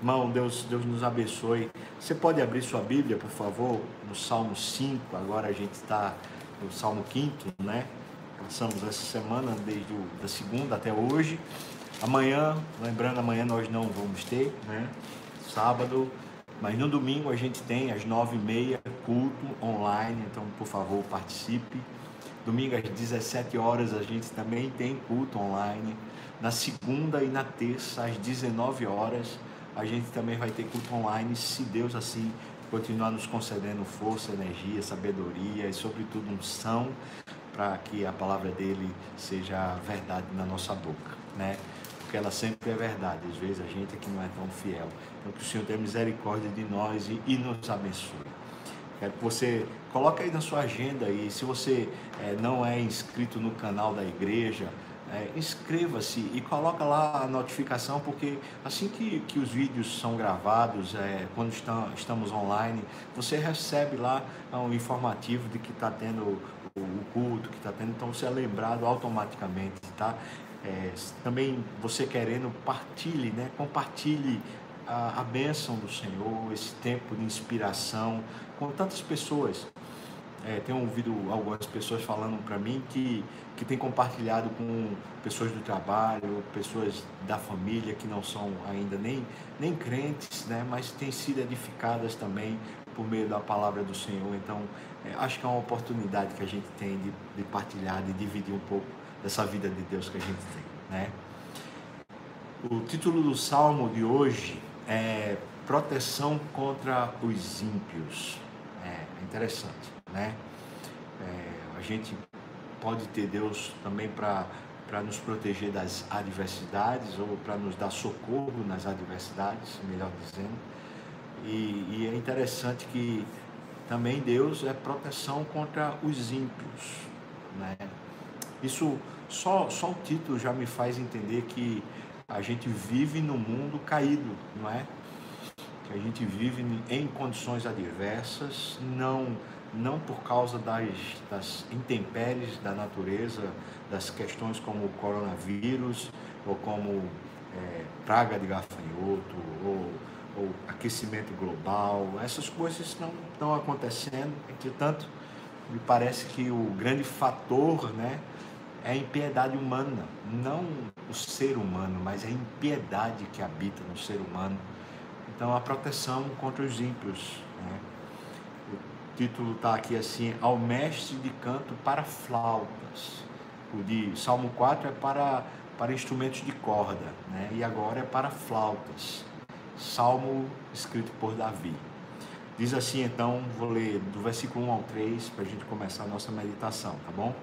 Irmão, Deus nos abençoe. Você pode abrir sua Bíblia, por favor, no Salmo 5. Agora a gente está no Salmo 5, né? Passamos essa semana, desde da segunda até hoje. Amanhã, lembrando, amanhã nós não vamos ter, né? Sábado, mas no domingo a gente tem às 9h30 culto online, então por favor participe. Domingo às 17 horas a gente também tem culto online. Na segunda e na terça às 19 horas a gente também vai ter culto online, se Deus assim continuar nos concedendo força, energia, sabedoria e sobretudo unção, para que a palavra dele seja verdade na nossa boca, né? Porque ela sempre é verdade, às vezes a gente aqui não é tão fiel. Então que o Senhor tenha misericórdia de nós e nos abençoe. Quero que você coloque aí na sua agenda, e se você não é inscrito no canal da igreja, inscreva-se e coloca lá a notificação, porque assim que os vídeos são gravados, quando estamos online, você recebe lá um informativo de que está tendo o culto, que está tendo, então você é lembrado automaticamente, tá? Também você querendo, partilhe, né? Compartilhe a bênção do Senhor, esse tempo de inspiração com tantas pessoas. Tenho ouvido algumas pessoas falando para mim que tem compartilhado com pessoas do trabalho, pessoas da família que não são ainda nem crentes, né? Mas têm sido edificadas também por meio da palavra do Senhor. Então, acho que é uma oportunidade que a gente tem de partilhar, de dividir um pouco dessa vida de Deus que a gente tem, né? O título do Salmo de hoje é Proteção contra os ímpios. É interessante, né? A gente pode ter Deus também para nos proteger das adversidades, ou para nos dar socorro nas adversidades, melhor dizendo. E é interessante que também Deus é proteção contra os ímpios, né? Isso, só o título já me faz entender que a gente vive num mundo caído, não é? Que a gente vive em condições adversas, não por causa das intempéries da natureza, das questões como o coronavírus, ou como praga de gafanhoto, ou aquecimento global. Essas coisas não estão acontecendo. Entretanto, me parece que o grande fator, né, é a impiedade humana, não o ser humano, mas a impiedade que habita no ser humano. Então, a proteção contra os ímpios, né? O título está aqui assim: ao mestre de canto para flautas. O de Salmo 4 é para instrumentos de corda, né? E agora é para flautas. Salmo escrito por Davi. Diz assim, então, vou ler do versículo 1 ao 3 para a gente começar a nossa meditação, tá bom?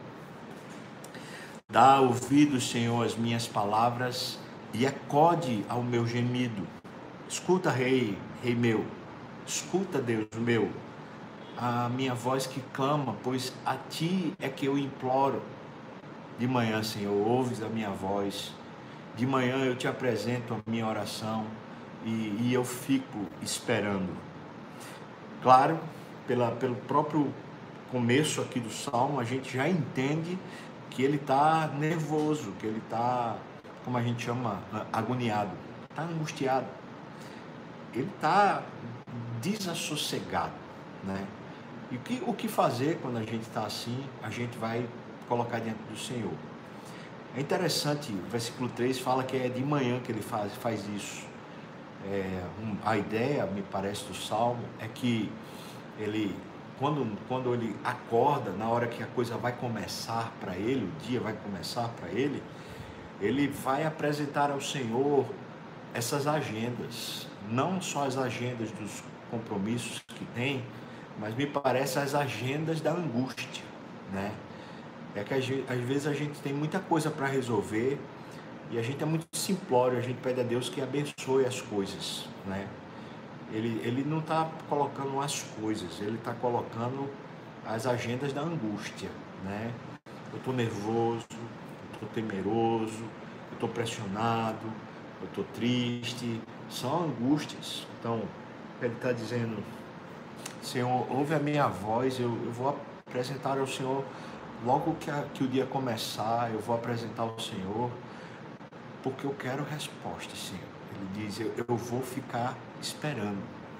Dá ouvidos, Senhor, às minhas palavras e acode ao meu gemido. Escuta, Rei meu, escuta, Deus meu, a minha voz que clama, pois a Ti é que eu imploro. De manhã, Senhor, ouves a minha voz, de manhã eu te apresento a minha oração e eu fico esperando. Claro, pelo próprio começo aqui do Salmo, a gente já entende que ele está nervoso, que ele está, como a gente chama, agoniado, está angustiado. Ele está desassossegado, né? E o que fazer quando a gente está assim? A gente vai colocar diante do Senhor. É interessante, o versículo 3 fala que é de manhã que ele faz isso. A ideia, me parece, do Salmo é que ele, quando ele acorda, na hora que a coisa vai começar para ele, o dia vai começar para ele vai apresentar ao Senhor essas agendas, não só as agendas dos compromissos que tem, mas me parece as agendas da angústia, né? É que às vezes a gente tem muita coisa para resolver e a gente é muito simplório, a gente pede a Deus que abençoe as coisas, né? Ele não está colocando as coisas, ele está colocando as agendas da angústia, né? Eu estou nervoso, eu estou temeroso, eu estou pressionado, eu estou triste, são angústias. Então, ele está dizendo: Senhor, ouve a minha voz, eu vou apresentar ao Senhor, logo que o dia começar, eu vou apresentar ao Senhor, porque eu quero resposta, Senhor. Ele diz, eu vou ficar esperando.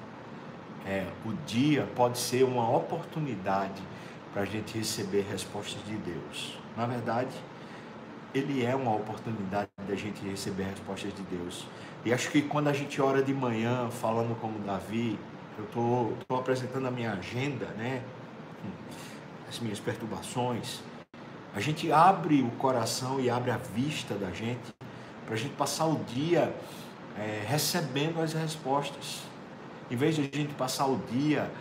O dia pode ser uma oportunidade para a gente receber respostas de Deus. Na verdade, ele é uma oportunidade da gente receber respostas de Deus. E acho que quando a gente ora de manhã, falando como Davi, eu estou apresentando a minha agenda, né? As minhas perturbações. A gente abre o coração e abre a vista da gente para a gente passar o dia recebendo as respostas. Em vez de a gente passar o dia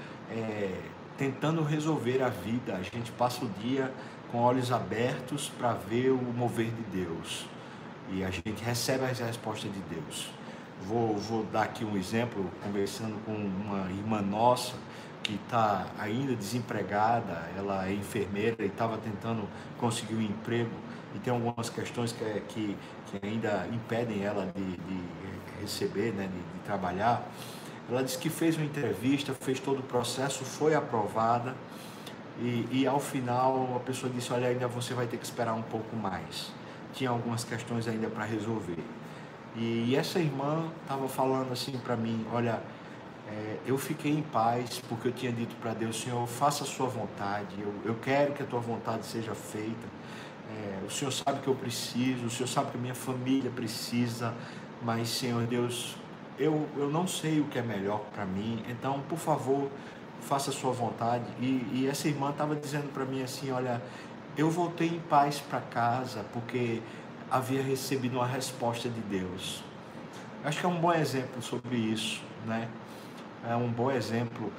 tentando resolver a vida, a gente passa o dia com olhos abertos para ver o mover de Deus. E a gente recebe as respostas de Deus. Vou dar aqui um exemplo, conversando com uma irmã nossa que está ainda desempregada. Ela é enfermeira e estava tentando conseguir um emprego e tem algumas questões que ainda impedem ela de receber, né, de trabalhar. Ela disse que fez uma entrevista, fez todo o processo, foi aprovada e ao final a pessoa disse, olha, ainda você vai ter que esperar um pouco mais. Tinha algumas questões ainda para resolver. E essa irmã estava falando assim para mim, olha, eu fiquei em paz porque eu tinha dito para Deus, Senhor, faça a sua vontade, eu quero que a tua vontade seja feita. O Senhor sabe que eu preciso, o Senhor sabe que a minha família precisa, mas, Senhor Deus, eu não sei o que é melhor para mim, então, por favor, faça a sua vontade. E essa irmã estava dizendo para mim assim, olha, eu voltei em paz para casa porque havia recebido uma resposta de Deus. Acho que é um bom exemplo sobre isso, né? É um bom exemplo.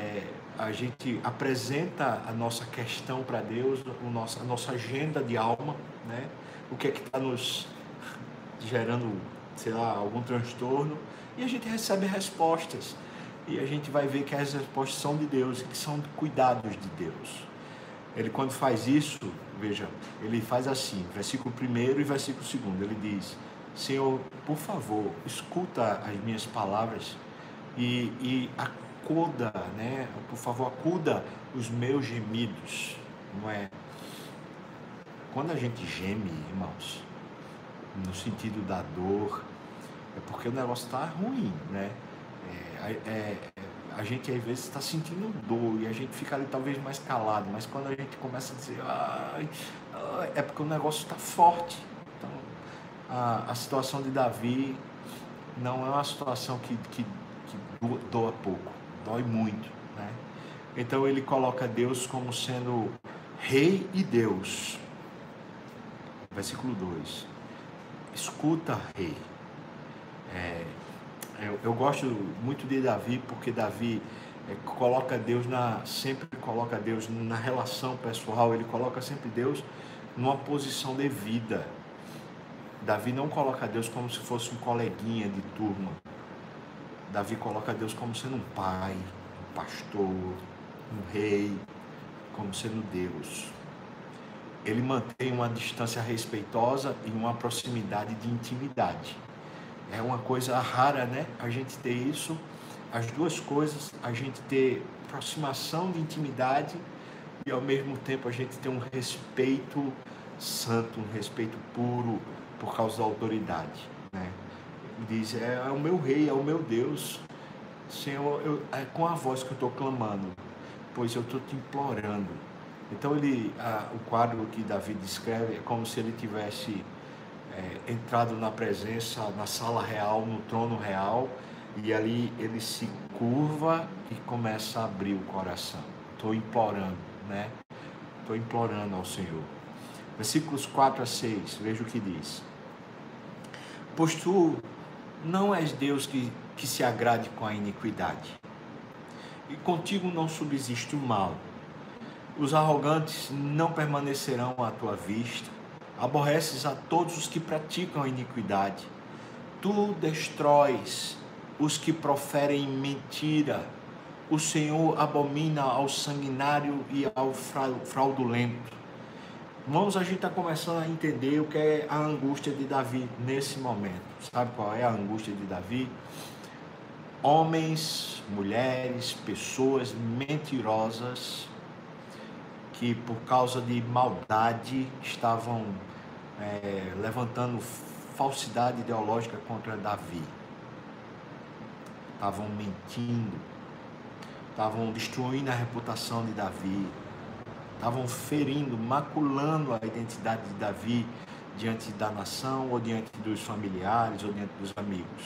A gente apresenta a nossa questão para Deus, a nossa agenda de alma, né? O que é que está nos gerando, sei lá, algum transtorno, e a gente recebe respostas. E a gente vai ver que as respostas são de Deus, que são cuidados de Deus. Ele, quando faz isso, veja, ele faz assim, versículo 1 e versículo 2, ele diz, Senhor, por favor, escuta as minhas palavras e acuda, né? Por favor, acuda os meus gemidos, não é? Quando a gente geme, irmãos, no sentido da dor, é porque o negócio está ruim, né? A gente às vezes está sentindo dor e a gente fica ali talvez mais calado, mas quando a gente começa a dizer, é porque o negócio está forte. Então, a situação de Davi não é uma situação que doa pouco, dói muito, né? Então ele coloca Deus como sendo Rei e Deus. Versículo 2. Escuta, Rei. Eu gosto muito de Davi, porque Davi sempre coloca Deus na relação pessoal, ele coloca sempre Deus numa posição devida. Davi não coloca Deus como se fosse um coleguinha de turma. Davi coloca Deus como sendo um pai, um pastor, um rei, como sendo Deus. Ele mantém uma distância respeitosa e uma proximidade de intimidade. É uma coisa rara, né? A gente ter isso, as duas coisas, a gente ter aproximação de intimidade e ao mesmo tempo a gente ter um respeito santo, um respeito puro por causa da autoridade, né? Ele diz, é o meu rei, é o meu Deus, Senhor, é com a voz que eu estou clamando, pois eu estou te implorando. Então o quadro que Davi descreve é como se ele tivesse entrado na presença, na sala real, no trono real, e ali ele se curva e começa a abrir o coração. Estou implorando, né? Estou implorando ao Senhor. Versículos 4 a 6, veja o que diz. Pois tu não és Deus que se agrade com a iniquidade, e contigo não subsiste o mal. Os arrogantes não permanecerão à tua vista. Aborreces a todos os que praticam a iniquidade. Tu destróis os que proferem mentira. O Senhor abomina ao sanguinário e ao fraudulento. Irmãos, a gente está começando a entender o que é a angústia de Davi nesse momento. Sabe qual é a angústia de Davi? Homens, mulheres, pessoas mentirosas que por causa de maldade estavam levantando falsidade ideológica contra Davi. estavam mentindo, estavam destruindo a reputação de Davi, estavam ferindo, maculando a identidade de Davi diante da nação, ou diante dos familiares, ou diante dos amigos.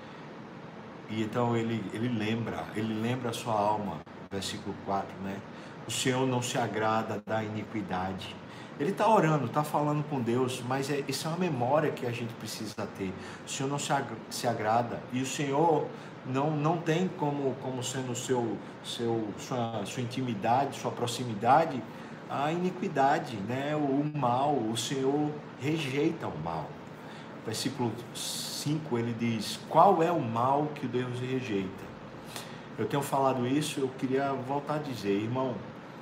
E então ele lembra a sua alma, versículo 4, né? O Senhor não se agrada da iniquidade. Ele está orando, está falando com Deus, mas isso é uma memória que a gente precisa ter. O Senhor não se agrada, e o Senhor não tem como sendo sua intimidade, sua proximidade, a iniquidade, né? O mal. O Senhor rejeita o mal. Versículo 5, ele diz: qual é o mal que Deus rejeita? Eu tenho falado isso, eu queria voltar a dizer, irmão,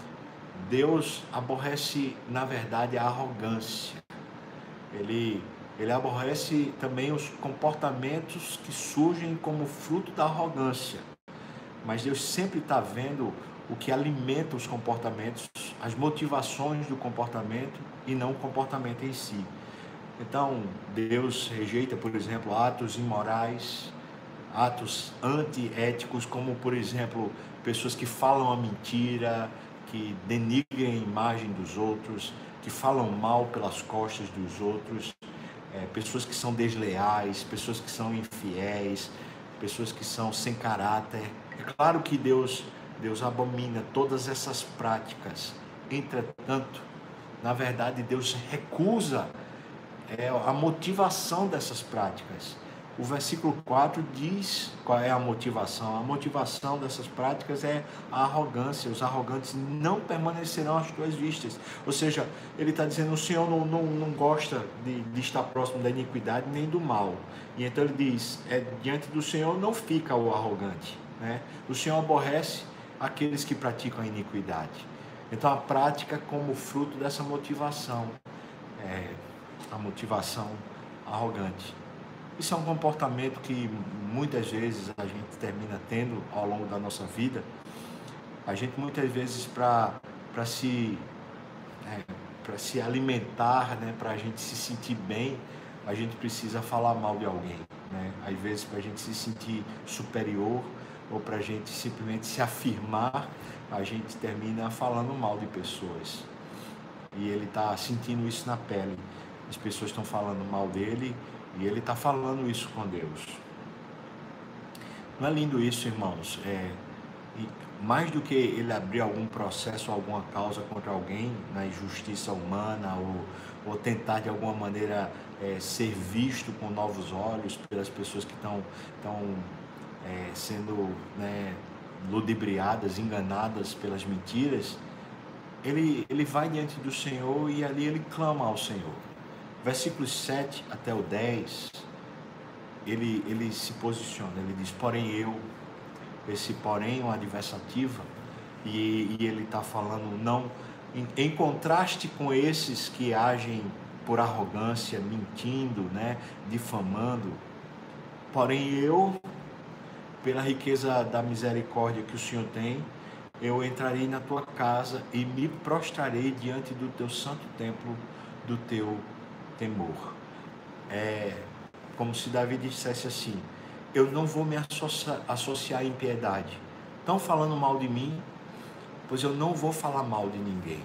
Deus aborrece, na verdade, a arrogância. Ele aborrece também os comportamentos que surgem como fruto da arrogância. Mas Deus sempre está vendo o que alimenta os comportamentos, as motivações do comportamento, e não o comportamento em si. Então, Deus rejeita, por exemplo, atos imorais, atos antiéticos, como, por exemplo, pessoas que falam a mentira, que denigrem a imagem dos outros, que falam mal pelas costas dos outros, pessoas que são desleais, pessoas que são infiéis, pessoas que são sem caráter. É claro que Deus abomina todas essas práticas. Entretanto, na verdade, Deus recusa a motivação dessas práticas. O versículo 4 diz qual é a motivação. A motivação dessas práticas é a arrogância. Os arrogantes não permanecerão às tuas vistas. Ou seja, ele está dizendo: o Senhor não gosta de estar próximo da iniquidade nem do mal. E então ele diz: diante do Senhor não fica o arrogante, né? O Senhor aborrece aqueles que praticam a iniquidade. Então a prática como fruto dessa motivação a motivação arrogante. Isso é um comportamento que muitas vezes a gente termina tendo ao longo da nossa vida. A gente muitas vezes para se alimentar, né, para a gente se sentir bem, a gente precisa falar mal de alguém, né? Às vezes para a gente se sentir superior, ou para a gente simplesmente se afirmar, a gente termina falando mal de pessoas. E ele está sentindo isso na pele. As pessoas estão falando mal dele, e ele está falando isso com Deus. Não é lindo isso, irmãos? Mais do que ele abrir algum processo, alguma causa contra alguém na injustiça humana, ou tentar de alguma maneira ser visto com novos olhos pelas pessoas que estão sendo, né, ludibriadas, enganadas pelas mentiras, ele vai diante do Senhor e ali ele clama ao Senhor. Versículos 7 até o 10, ele se posiciona, ele diz: porém esse porém é uma adversativa, e ele está falando não em contraste com esses que agem por arrogância, mentindo, né, difamando. Porém pela riqueza da misericórdia que o Senhor tem, eu entrarei na tua casa e me prostrarei diante do teu santo templo, do teu temor. Como se Davi dissesse assim: eu não vou me associar à impiedade. Estão falando mal de mim, pois eu não vou falar mal de ninguém.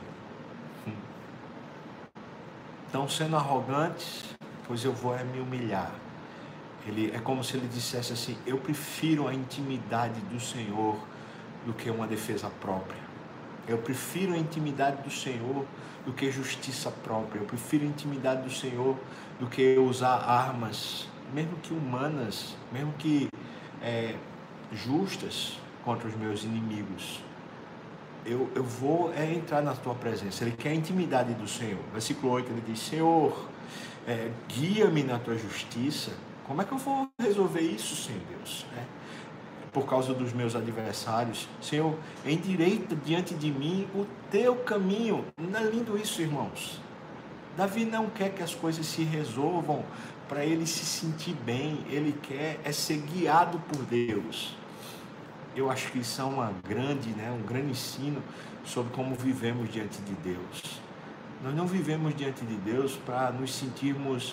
Estão sendo arrogantes, pois eu vou me humilhar. É como se ele dissesse assim: eu prefiro a intimidade do Senhor do que uma defesa própria. Eu prefiro a intimidade do Senhor do que justiça própria. Eu prefiro a intimidade do Senhor do que usar armas, mesmo que humanas, mesmo que justas, contra os meus inimigos. Eu vou entrar na tua presença. Ele quer a intimidade do Senhor. Versículo 8, ele diz: Senhor, guia-me na tua justiça. Como é que eu vou resolver isso, Senhor Deus? Por causa dos meus adversários. Senhor, endireita diante de mim o teu caminho. Não é lindo isso, irmãos? Davi não quer que as coisas se resolvam para ele se sentir bem. Ele quer ser guiado por Deus. Eu acho que isso é um grande ensino sobre como vivemos diante de Deus. Nós não vivemos diante de Deus para nos sentirmos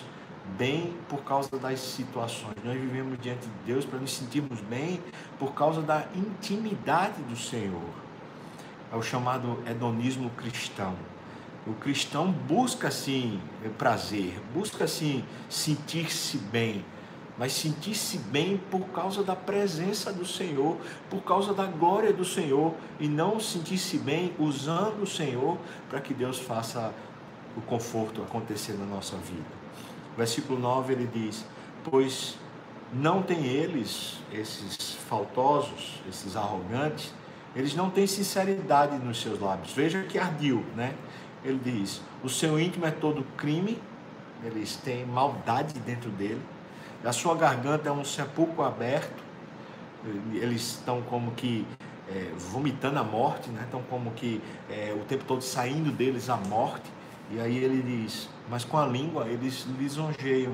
bem por causa das situações. Nós vivemos diante de Deus para nos sentirmos bem por causa da intimidade do Senhor. É o chamado hedonismo cristão. O cristão busca sim prazer, busca sim sentir-se bem, mas sentir-se bem por causa da presença do Senhor, por causa da glória do Senhor, e não sentir-se bem usando o Senhor para que Deus faça o conforto acontecer na nossa vida. Versículo 9 ele diz: pois não tem eles, esses faltosos, esses arrogantes, eles não têm sinceridade nos seus lábios. Veja que ardil, né? Ele diz: o seu íntimo é todo crime, eles têm maldade dentro dele, a sua garganta é um sepulcro aberto, eles estão como que vomitando a morte, né? Estão como que o tempo todo saindo deles a morte. E aí ele diz: mas com a língua eles lisonjeiam.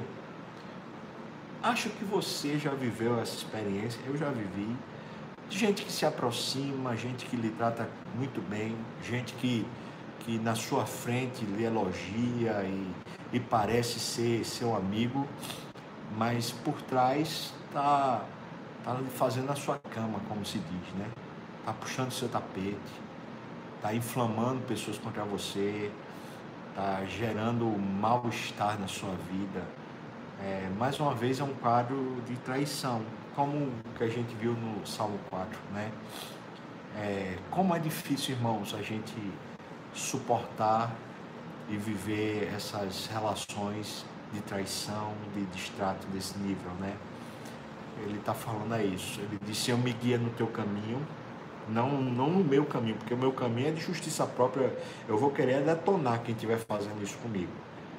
Acho que você já viveu essa experiência, eu já vivi, de gente que se aproxima, gente que lhe trata muito bem, gente que na sua frente lhe elogia e parece ser seu amigo, mas por trás está fazendo a sua cama, como se diz, né? Está puxando seu tapete, está inflamando pessoas contra você, está gerando mal-estar na sua vida. Mais uma vez é um quadro de traição, como o que a gente viu no Salmo 4, né? Como é difícil, irmãos, a gente suportar e viver essas relações de traição, de distrato desse nível, né? Ele está falando isso. Ele disse: eu me guia no teu caminho, não no meu caminho, porque o meu caminho é de justiça própria. Eu vou querer detonar quem estiver fazendo isso comigo.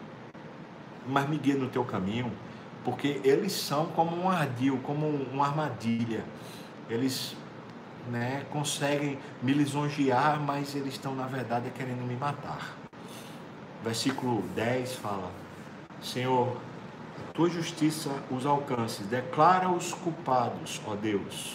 Mas me guia no teu caminho, porque eles são como um ardil, como uma armadilha. Eles, né, conseguem me lisonjear, mas eles estão na verdade querendo me matar. Versículo 10 fala: Senhor, a tua justiça os alcance, declara os culpados, ó Deus,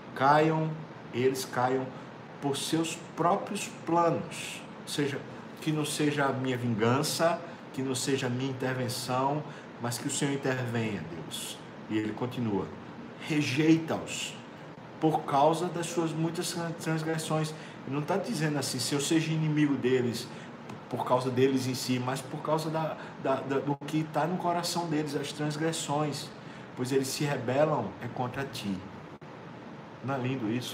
eles caiam por seus próprios planos. Ou seja, que não seja a minha vingança, que não seja a minha intervenção, mas que o Senhor intervenha, Deus. E ele continua: rejeita-os por causa das suas muitas transgressões. Ele não está dizendo assim, se eu seja inimigo deles, por causa deles em si, mas por causa do que está no coração deles, as transgressões, pois eles se rebelam contra ti. Não é lindo isso?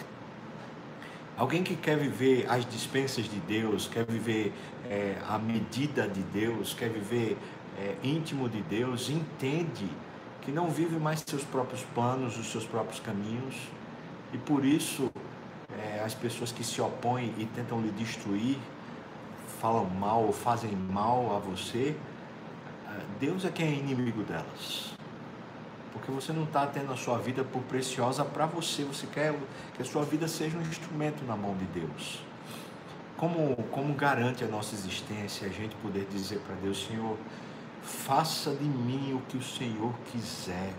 Alguém que quer viver as dispensas de Deus, quer viver a medida de Deus, quer viver íntimo de Deus, entende que não vive mais seus próprios planos, os seus próprios caminhos, e por isso as pessoas que se opõem e tentam lhe destruir, falam mal ou fazem mal a você, Deus é quem é inimigo delas, porque você não está tendo a sua vida por preciosa para você, você quer que a sua vida seja um instrumento na mão de Deus. Como garante a nossa existência a gente poder dizer para Deus: Senhor, faça de mim o que o Senhor quiser,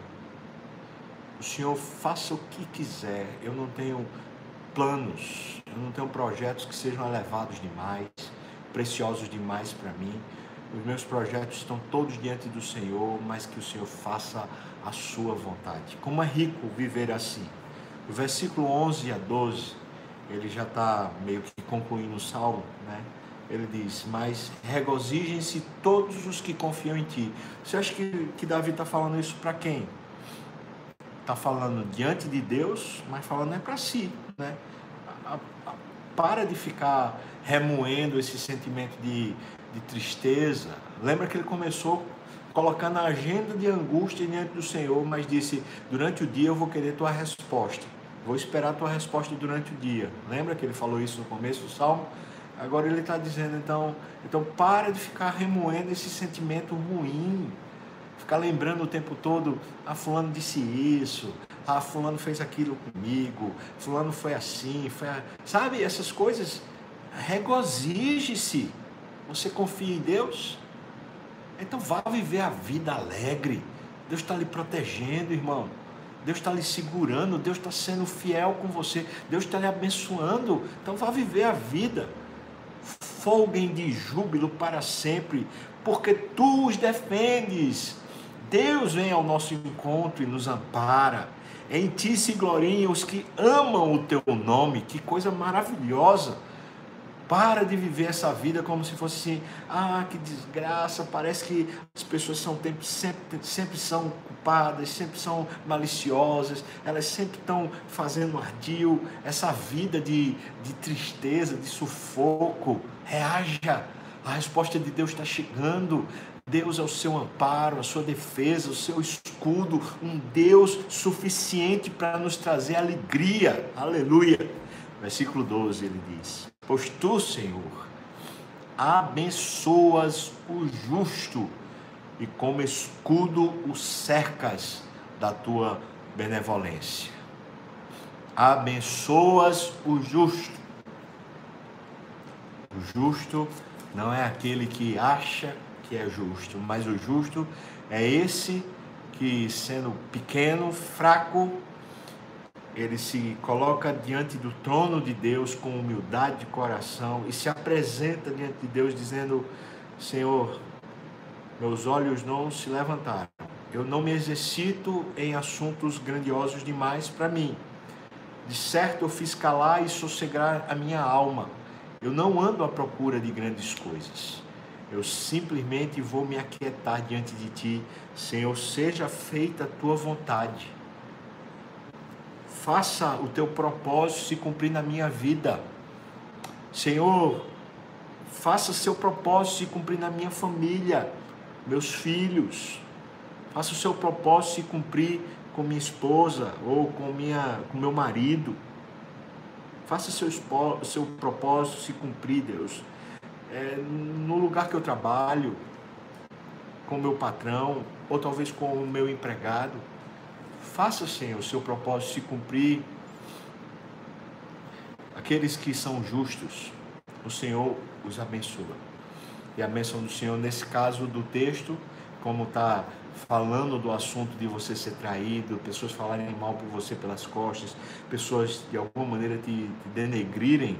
o Senhor faça o que quiser, eu não tenho planos, eu não tenho projetos que sejam elevados demais, preciosos demais para mim, os meus projetos estão todos diante do Senhor, mas que o Senhor faça a sua vontade. Como é rico viver assim. O versículo 11 a 12, ele já está meio que concluindo o salmo, né? Ele diz: mas regozijem-se todos os que confiam em ti. Você acha que Davi está falando isso para quem? Está falando diante de Deus, mas falando para si, né? Para de ficar remoendo esse sentimento de tristeza. Lembra que ele começou colocando a agenda de angústia diante do Senhor, mas disse: durante o dia eu vou querer tua resposta, vou esperar tua resposta durante o dia. Lembra que ele falou isso no começo do salmo? Agora ele está dizendo, então para de ficar remoendo esse sentimento ruim, ficar lembrando o tempo todo: fulano disse isso, fulano fez aquilo comigo, fulano foi assim, sabe, essas coisas. Regozije-se. Você confia em Deus? Então vá viver a vida alegre. Deus está lhe protegendo, irmão. Deus está lhe segurando, Deus está sendo fiel com você, Deus está lhe abençoando. Então vá viver a vida. folguem de júbilo para sempre, porque tu os defendes. Deus vem ao nosso encontro e nos ampara. Em ti se gloriam os que amam o teu nome. Que coisa maravilhosa. Para de viver essa vida como se fosse assim, que desgraça, parece que as pessoas sempre são culpadas, sempre são maliciosas, elas sempre estão fazendo ardil, essa vida de tristeza, de sufoco. Reaja, a resposta de Deus está chegando. Deus é o seu amparo, a sua defesa, o seu escudo, um Deus suficiente para nos trazer alegria. Aleluia. Versículo 12 ele diz: pois tu, Senhor, abençoas o justo e como escudo o cercas da tua benevolência. Abençoas o justo. O justo não é aquele que acha que é justo, mas o justo é esse que, sendo pequeno, fraco, ele se coloca diante do trono de Deus com humildade de coração e se apresenta diante de Deus dizendo: Senhor, meus olhos não se levantaram, eu não me exercito em assuntos grandiosos demais para mim. De certo eu fiz calar e sossegar a minha alma. Eu não ando à procura de grandes coisas. Eu simplesmente vou me aquietar diante de ti. Senhor, seja feita a tua vontade. Faça o teu propósito se cumprir na minha vida. Senhor, faça seu propósito se cumprir na minha família, meus filhos. Faça o seu propósito se cumprir com minha esposa ou com meu marido. Faça seu propósito se cumprir, Deus. No lugar que eu trabalho, com o meu patrão, ou talvez com o meu empregado. Faça, Senhor, o seu propósito se cumprir. Aqueles que são justos, o Senhor os abençoa. E a bênção do Senhor, nesse caso do texto, como está falando do assunto de você ser traído, pessoas falarem mal por você pelas costas, pessoas de alguma maneira te denegrirem,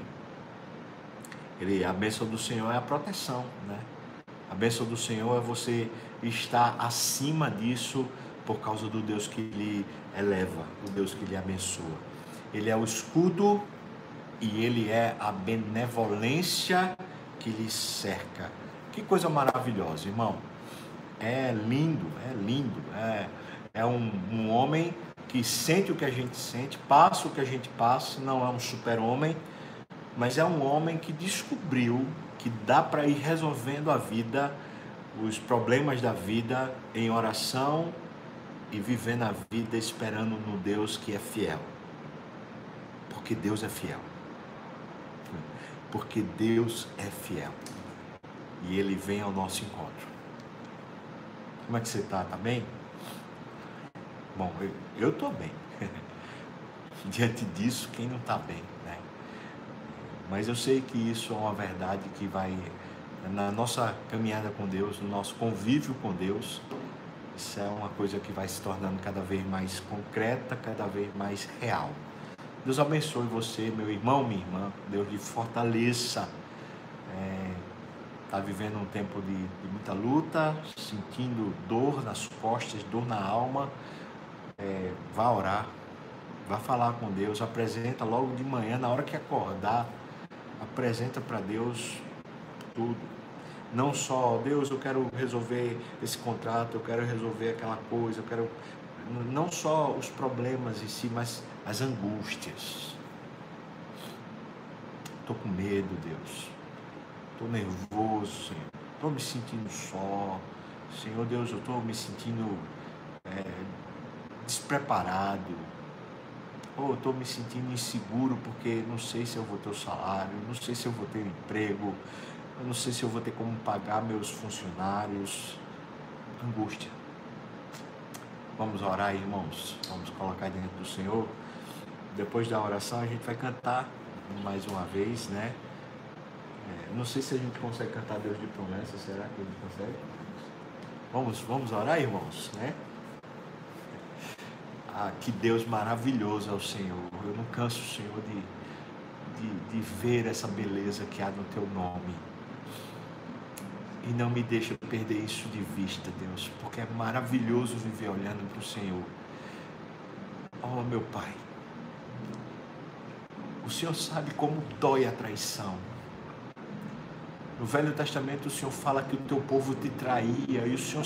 a bênção do Senhor é a proteção, né? A bênção do Senhor é você estar acima disso por causa do Deus que lhe eleva, o Deus que lhe abençoa. Ele é o escudo e ele é a benevolência que lhe cerca. Que coisa maravilhosa, irmão. É lindo. É um homem que sente o que a gente sente, passa o que a gente passa, não é um super-homem, mas é um homem que descobriu que dá para ir resolvendo a vida, os problemas da vida em oração e vivendo a vida esperando no Deus que é fiel. Porque Deus é fiel. Porque Deus é fiel. E Ele vem ao nosso encontro. Como é que você está? Está bem? Bom, eu estou bem. Diante disso, quem não está bem, né? Mas eu sei que isso é uma verdade que vai, na nossa caminhada com Deus, no nosso convívio com Deus, isso é uma coisa que vai se tornando cada vez mais concreta, cada vez mais real. Deus abençoe você, meu irmão, minha irmã. Deus lhe fortaleça. Está vivendo um tempo de muita luta, sentindo dor nas costas, dor na alma. Vá orar, vá falar com Deus, apresenta logo de manhã, na hora que acordar, apresenta para Deus tudo. Não só, Deus, eu quero resolver esse contrato, eu quero resolver aquela coisa, não só os problemas em si, mas as angústias. Estou com medo, Deus. Estou nervoso, Senhor. Estou me sentindo só. Senhor Deus, eu estou me sentindo despreparado. Ou estou me sentindo inseguro porque não sei se eu vou ter o salário, não sei se eu vou ter emprego, eu não sei se eu vou ter como pagar meus funcionários. Angústia. Vamos orar, irmãos. Vamos colocar diante do Senhor. Depois da oração a gente vai cantar mais uma vez, né? Não sei se a gente consegue cantar Deus de promessa. Será que a gente consegue? Vamos orar, irmãos, né? Que Deus maravilhoso é o Senhor. Eu não canso, Senhor, de ver essa beleza que há no Teu nome. E não me deixa perder isso de vista, Deus, porque é maravilhoso viver olhando para o Senhor. Oh, meu Pai, o Senhor sabe como dói a traição. No Velho Testamento o Senhor fala que o teu povo te traía, e o Senhor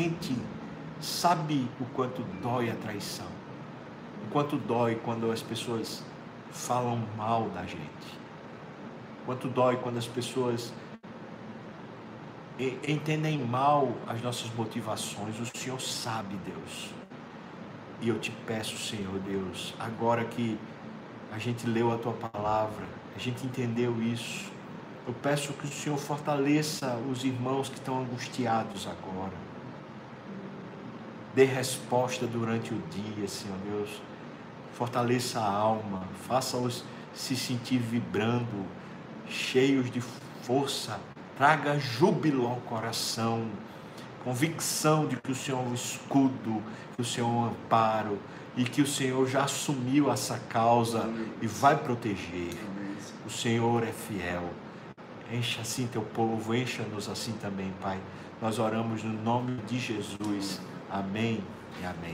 sabe o quanto dói a traição. O quanto dói quando as pessoas falam mal da gente. O quanto dói quando as pessoas entendem mal as nossas motivações. O Senhor sabe, Deus. E eu te peço, Senhor Deus, agora que a gente leu a tua palavra, a gente entendeu isso, eu peço que o Senhor fortaleça os irmãos que estão angustiados agora. Dê resposta durante o dia, Senhor Deus. Fortaleça a alma, faça-os se sentir vibrando, cheios de força. Traga júbilo ao coração, convicção de que o Senhor é um escudo, que o Senhor é um amparo, e que o Senhor já assumiu essa causa e vai proteger. O Senhor é fiel. Encha assim teu povo, encha-nos assim também, Pai. Nós oramos no nome de Jesus. Amém e amém.